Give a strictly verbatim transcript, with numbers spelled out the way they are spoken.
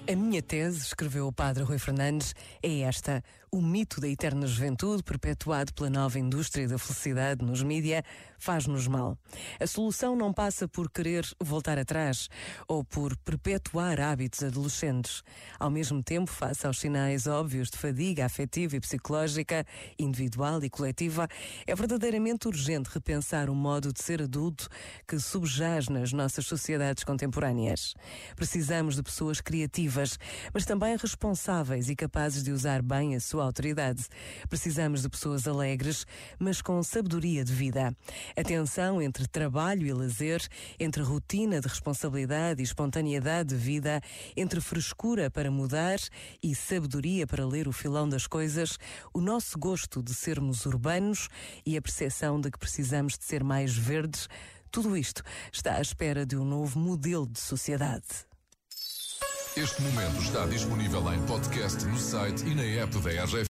A minha tese, escreveu o padre Rui Fernandes, é esta: o mito da eterna juventude, perpetuado pela nova indústria da felicidade nos mídia, faz-nos mal. A solução não passa por querer voltar atrás ou por perpetuar hábitos adolescentes. Ao mesmo tempo, face aos sinais óbvios de fadiga afetiva e psicológica, individual e coletiva, é verdadeiramente urgente repensar o modo de ser adulto que subjaz nas nossas sociedades contemporâneas. Precisamos de pessoas criativas, mas também responsáveis e capazes de usar bem a sua autoridade. Precisamos de pessoas alegres, mas com sabedoria de vida. A tensão entre trabalho e lazer, entre rotina de responsabilidade e espontaneidade de vida, entre frescura para mudar e sabedoria para ler o filão das coisas, o nosso gosto de sermos urbanos e a percepção de que precisamos de ser mais verdes, tudo isto está à espera de um novo modelo de sociedade. Este momento está disponível em podcast no site e na app da R G F.